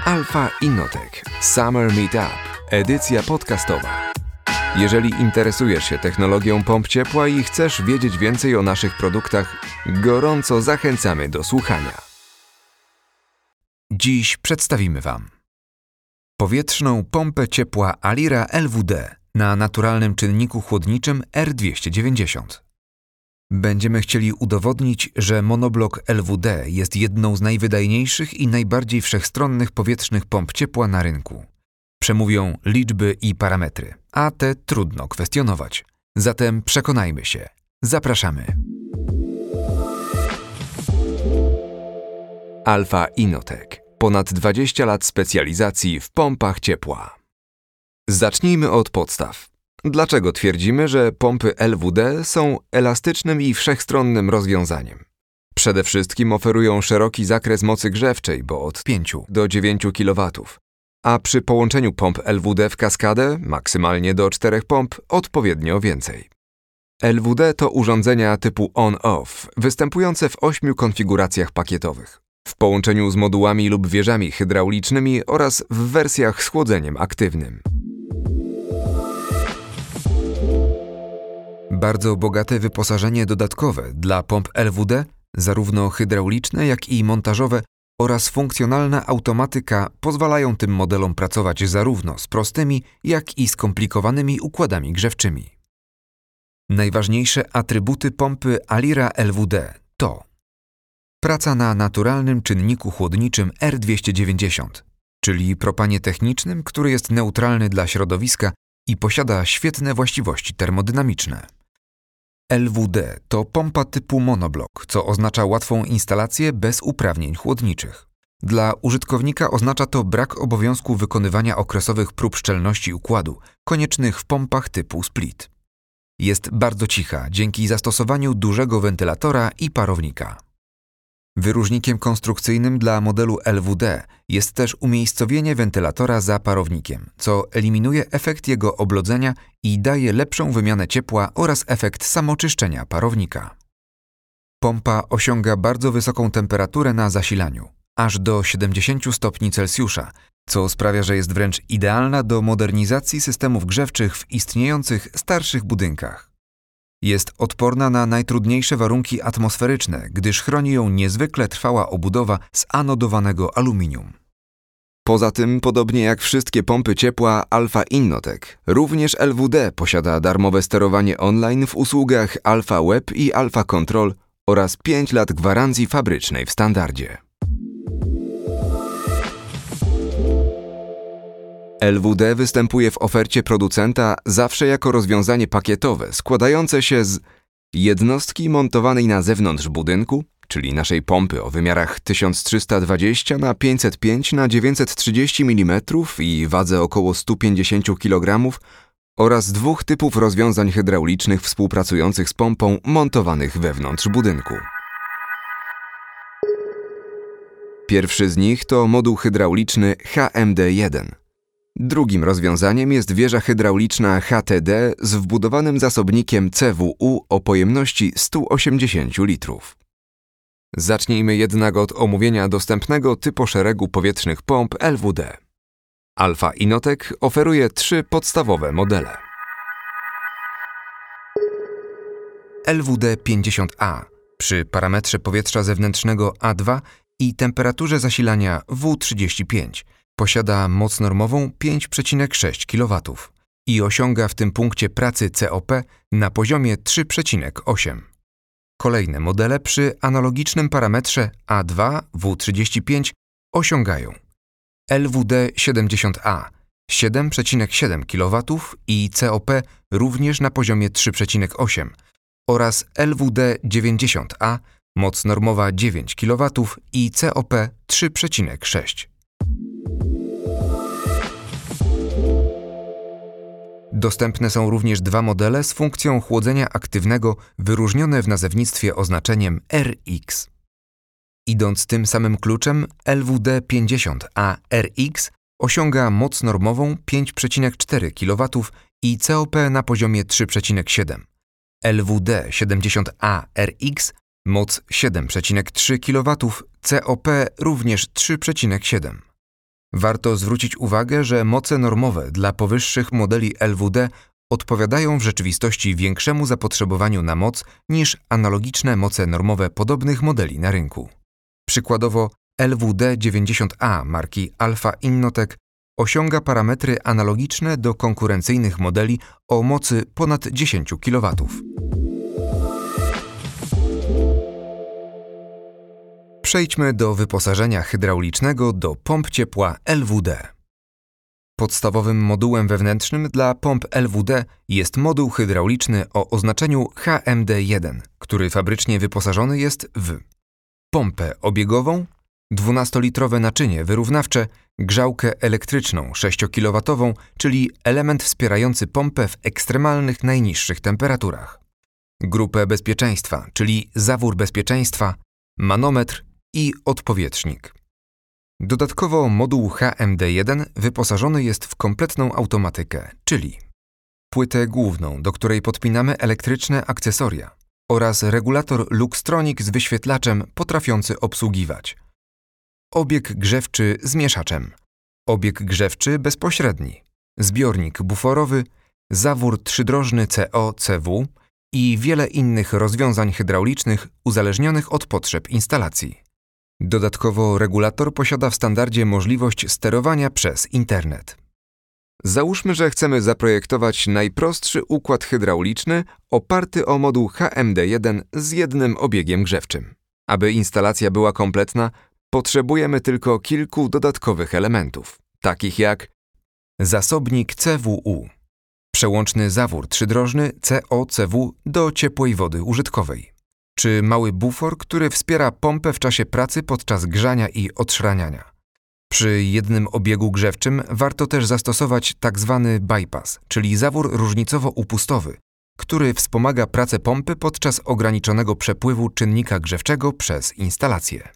Alfa Innotech Summer Meetup, edycja podcastowa. Jeżeli interesujesz się technologią pomp ciepła i chcesz wiedzieć więcej o naszych produktach, gorąco zachęcamy do słuchania. Dziś przedstawimy Wam powietrzną pompę ciepła Alira LWD na naturalnym czynniku chłodniczym R290. Będziemy chcieli udowodnić, że monoblok LWD jest jedną z najwydajniejszych i najbardziej wszechstronnych powietrznych pomp ciepła na rynku. Przemówią liczby i parametry, a te trudno kwestionować. Zatem przekonajmy się. Zapraszamy. Alfa Innotech. Ponad 20 lat specjalizacji w pompach ciepła. Zacznijmy od podstaw. Dlaczego twierdzimy, że pompy LWD są elastycznym i wszechstronnym rozwiązaniem? Przede wszystkim oferują szeroki zakres mocy grzewczej, bo od 5 do 9 kW, a przy połączeniu pomp LWD w kaskadę maksymalnie do 4 pomp odpowiednio więcej. LWD to urządzenia typu on-off, występujące w 8 konfiguracjach pakietowych, w połączeniu z modułami lub wieżami hydraulicznymi oraz w wersjach z chłodzeniem aktywnym. Bardzo bogate wyposażenie dodatkowe dla pomp LWD, zarówno hydrauliczne, jak i montażowe, oraz funkcjonalna automatyka pozwalają tym modelom pracować zarówno z prostymi, jak i skomplikowanymi układami grzewczymi. Najważniejsze atrybuty pompy Alira LWD to praca na naturalnym czynniku chłodniczym R290, czyli propanie technicznym, który jest neutralny dla środowiska i posiada świetne właściwości termodynamiczne. LWD to pompa typu monoblok, co oznacza łatwą instalację bez uprawnień chłodniczych. Dla użytkownika oznacza to brak obowiązku wykonywania okresowych prób szczelności układu, koniecznych w pompach typu split. Jest bardzo cicha dzięki zastosowaniu dużego wentylatora i parownika. Wyróżnikiem konstrukcyjnym dla modelu LWD jest też umiejscowienie wentylatora za parownikiem, co eliminuje efekt jego oblodzenia i daje lepszą wymianę ciepła oraz efekt samoczyszczenia parownika. Pompa osiąga bardzo wysoką temperaturę na zasilaniu, aż do 70 stopni Celsjusza, co sprawia, że jest wręcz idealna do modernizacji systemów grzewczych w istniejących starszych budynkach. Jest odporna na najtrudniejsze warunki atmosferyczne, gdyż chroni ją niezwykle trwała obudowa z anodowanego aluminium. Poza tym, podobnie jak wszystkie pompy ciepła Alfa Innotech, również LWD posiada darmowe sterowanie online w usługach Alfa Web i Alfa Control oraz 5 lat gwarancji fabrycznej w standardzie. LWD występuje w ofercie producenta zawsze jako rozwiązanie pakietowe składające się z jednostki montowanej na zewnątrz budynku, czyli naszej pompy o wymiarach 1320 na 505 na 930 mm i wadze około 150 kg oraz 2 typów rozwiązań hydraulicznych współpracujących z pompą montowanych wewnątrz budynku. Pierwszy z nich to moduł hydrauliczny HMD1. Drugim rozwiązaniem jest wieża hydrauliczna HTD z wbudowanym zasobnikiem CWU o pojemności 180 litrów. Zacznijmy jednak od omówienia dostępnego typoszeregu powietrznych pomp LWD. Alfa Innotech oferuje 3 podstawowe modele. LWD 50A przy parametrze powietrza zewnętrznego A2 i temperaturze zasilania W35 posiada moc normową 5,6 kW i osiąga w tym punkcie pracy COP na poziomie 3,8. Kolejne modele przy analogicznym parametrze A2 W35 osiągają LWD 70A 7,7 kW i COP również na poziomie 3,8 oraz LWD 90A moc normowa 9 kW i COP 3,6. Dostępne są również 2 modele z funkcją chłodzenia aktywnego wyróżnione w nazewnictwie oznaczeniem RX. Idąc tym samym kluczem, LWD 50A RX osiąga moc normową 5,4 kW i COP na poziomie 3,7. LWD 70A RX moc 7,3 kW, COP również 3,7. Warto zwrócić uwagę, że moce normowe dla powyższych modeli LWD odpowiadają w rzeczywistości większemu zapotrzebowaniu na moc niż analogiczne moce normowe podobnych modeli na rynku. Przykładowo LWD-90A marki Alpha Innotec osiąga parametry analogiczne do konkurencyjnych modeli o mocy ponad 10 kW. Przejdźmy do wyposażenia hydraulicznego do pomp ciepła LWD. Podstawowym modułem wewnętrznym dla pomp LWD jest moduł hydrauliczny o oznaczeniu HMD1, który fabrycznie wyposażony jest w pompę obiegową, 12-litrowe naczynie wyrównawcze, grzałkę elektryczną 6 kW, czyli element wspierający pompę w ekstremalnych najniższych temperaturach, grupę bezpieczeństwa, czyli zawór bezpieczeństwa, manometr i odpowietrznik. Dodatkowo moduł HMD1 wyposażony jest w kompletną automatykę, czyli płytę główną, do której podpinamy elektryczne akcesoria oraz regulator Luxtronic z wyświetlaczem potrafiący obsługiwać obieg grzewczy z mieszaczem, obieg grzewczy bezpośredni, zbiornik buforowy, zawór trzydrożny CO-CW i wiele innych rozwiązań hydraulicznych uzależnionych od potrzeb instalacji. Dodatkowo regulator posiada w standardzie możliwość sterowania przez internet. Załóżmy, że chcemy zaprojektować najprostszy układ hydrauliczny oparty o moduł HMD1 z jednym obiegiem grzewczym. Aby instalacja była kompletna, potrzebujemy tylko kilku dodatkowych elementów, takich jak zasobnik CWU, przełączny zawór trzydrożny CO-CW do ciepłej wody użytkowej, czy mały bufor, który wspiera pompę w czasie pracy podczas grzania i odszraniania. Przy jednym obiegu grzewczym warto też zastosować tzw. bypass, czyli zawór różnicowo-upustowy, który wspomaga pracę pompy podczas ograniczonego przepływu czynnika grzewczego przez instalację.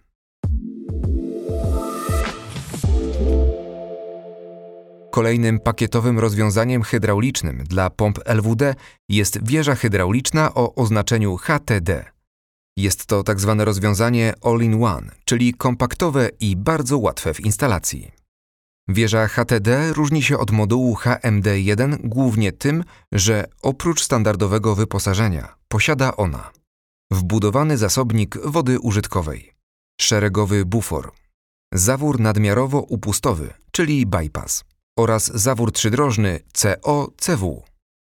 Kolejnym pakietowym rozwiązaniem hydraulicznym dla pomp LWD jest wieża hydrauliczna o oznaczeniu HTD. Jest to tzw. rozwiązanie all-in-one, czyli kompaktowe i bardzo łatwe w instalacji. Wieża HTD różni się od modułu HMD1 głównie tym, że oprócz standardowego wyposażenia posiada ona wbudowany zasobnik wody użytkowej, szeregowy bufor, zawór nadmiarowo-upustowy, czyli bypass, oraz zawór trzydrożny CO-CW.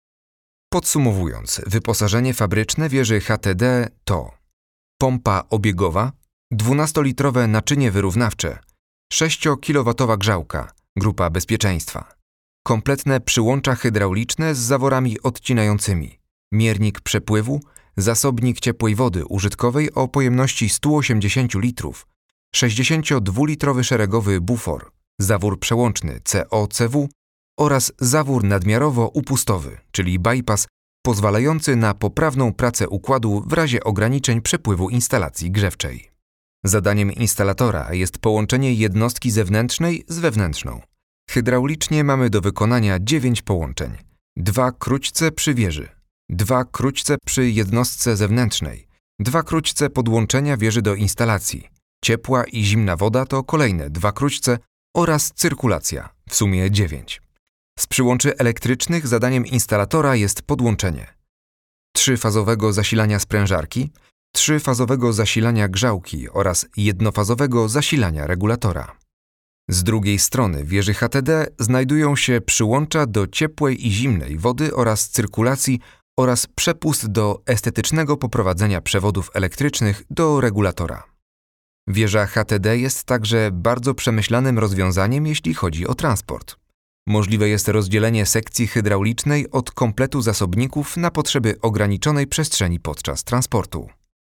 Podsumowując, wyposażenie fabryczne wieży HTD to pompa obiegowa, 12-litrowe naczynie wyrównawcze, 6 kW grzałka, grupa bezpieczeństwa, kompletne przyłącza hydrauliczne z zaworami odcinającymi, miernik przepływu, zasobnik ciepłej wody użytkowej o pojemności 180 litrów, 62-litrowy szeregowy bufor, zawór przełączny CO-CW oraz zawór nadmiarowo-upustowy, czyli bypass, pozwalający na poprawną pracę układu w razie ograniczeń przepływu instalacji grzewczej. Zadaniem instalatora jest połączenie jednostki zewnętrznej z wewnętrzną. Hydraulicznie mamy do wykonania 9 połączeń. 2 króćce przy wieży, 2 króćce przy jednostce zewnętrznej, 2 króćce podłączenia wieży do instalacji. Ciepła i zimna woda to kolejne 2 króćce oraz cyrkulacja, w sumie 9. Z przyłączy elektrycznych zadaniem instalatora jest podłączenie 3-fazowego zasilania sprężarki, 3-fazowego zasilania grzałki oraz jednofazowego zasilania regulatora. Z drugiej strony wieży HTD znajdują się przyłącza do ciepłej i zimnej wody oraz cyrkulacji oraz przepust do estetycznego poprowadzenia przewodów elektrycznych do regulatora. Wieża HTD jest także bardzo przemyślanym rozwiązaniem, jeśli chodzi o transport. Możliwe jest rozdzielenie sekcji hydraulicznej od kompletu zasobników na potrzeby ograniczonej przestrzeni podczas transportu.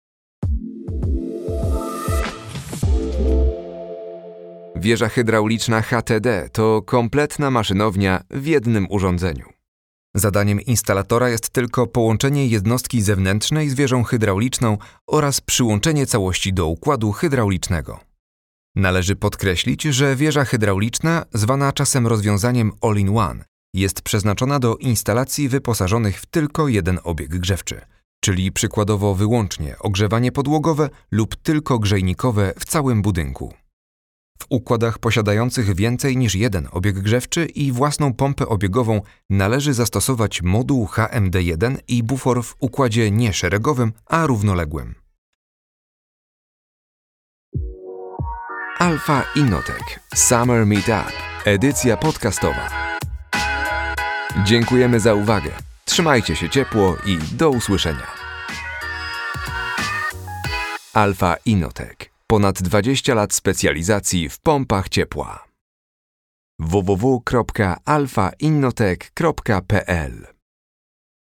Wieża hydrauliczna HTD to kompletna maszynownia w jednym urządzeniu. Zadaniem instalatora jest tylko połączenie jednostki zewnętrznej z wieżą hydrauliczną oraz przyłączenie całości do układu hydraulicznego. Należy podkreślić, że wieża hydrauliczna, zwana czasem rozwiązaniem all-in-one, jest przeznaczona do instalacji wyposażonych w tylko jeden obieg grzewczy, czyli przykładowo wyłącznie ogrzewanie podłogowe lub tylko grzejnikowe w całym budynku. W układach posiadających więcej niż jeden obieg grzewczy i własną pompę obiegową należy zastosować moduł HMD1 i bufor w układzie nie szeregowym, a równoległym. Alfa Innotech Summer Meetup, edycja podcastowa. Dziękujemy za uwagę. Trzymajcie się ciepło i do usłyszenia. Alfa Innotech. Ponad 20 lat specjalizacji w pompach ciepła. www.alfainnotech.pl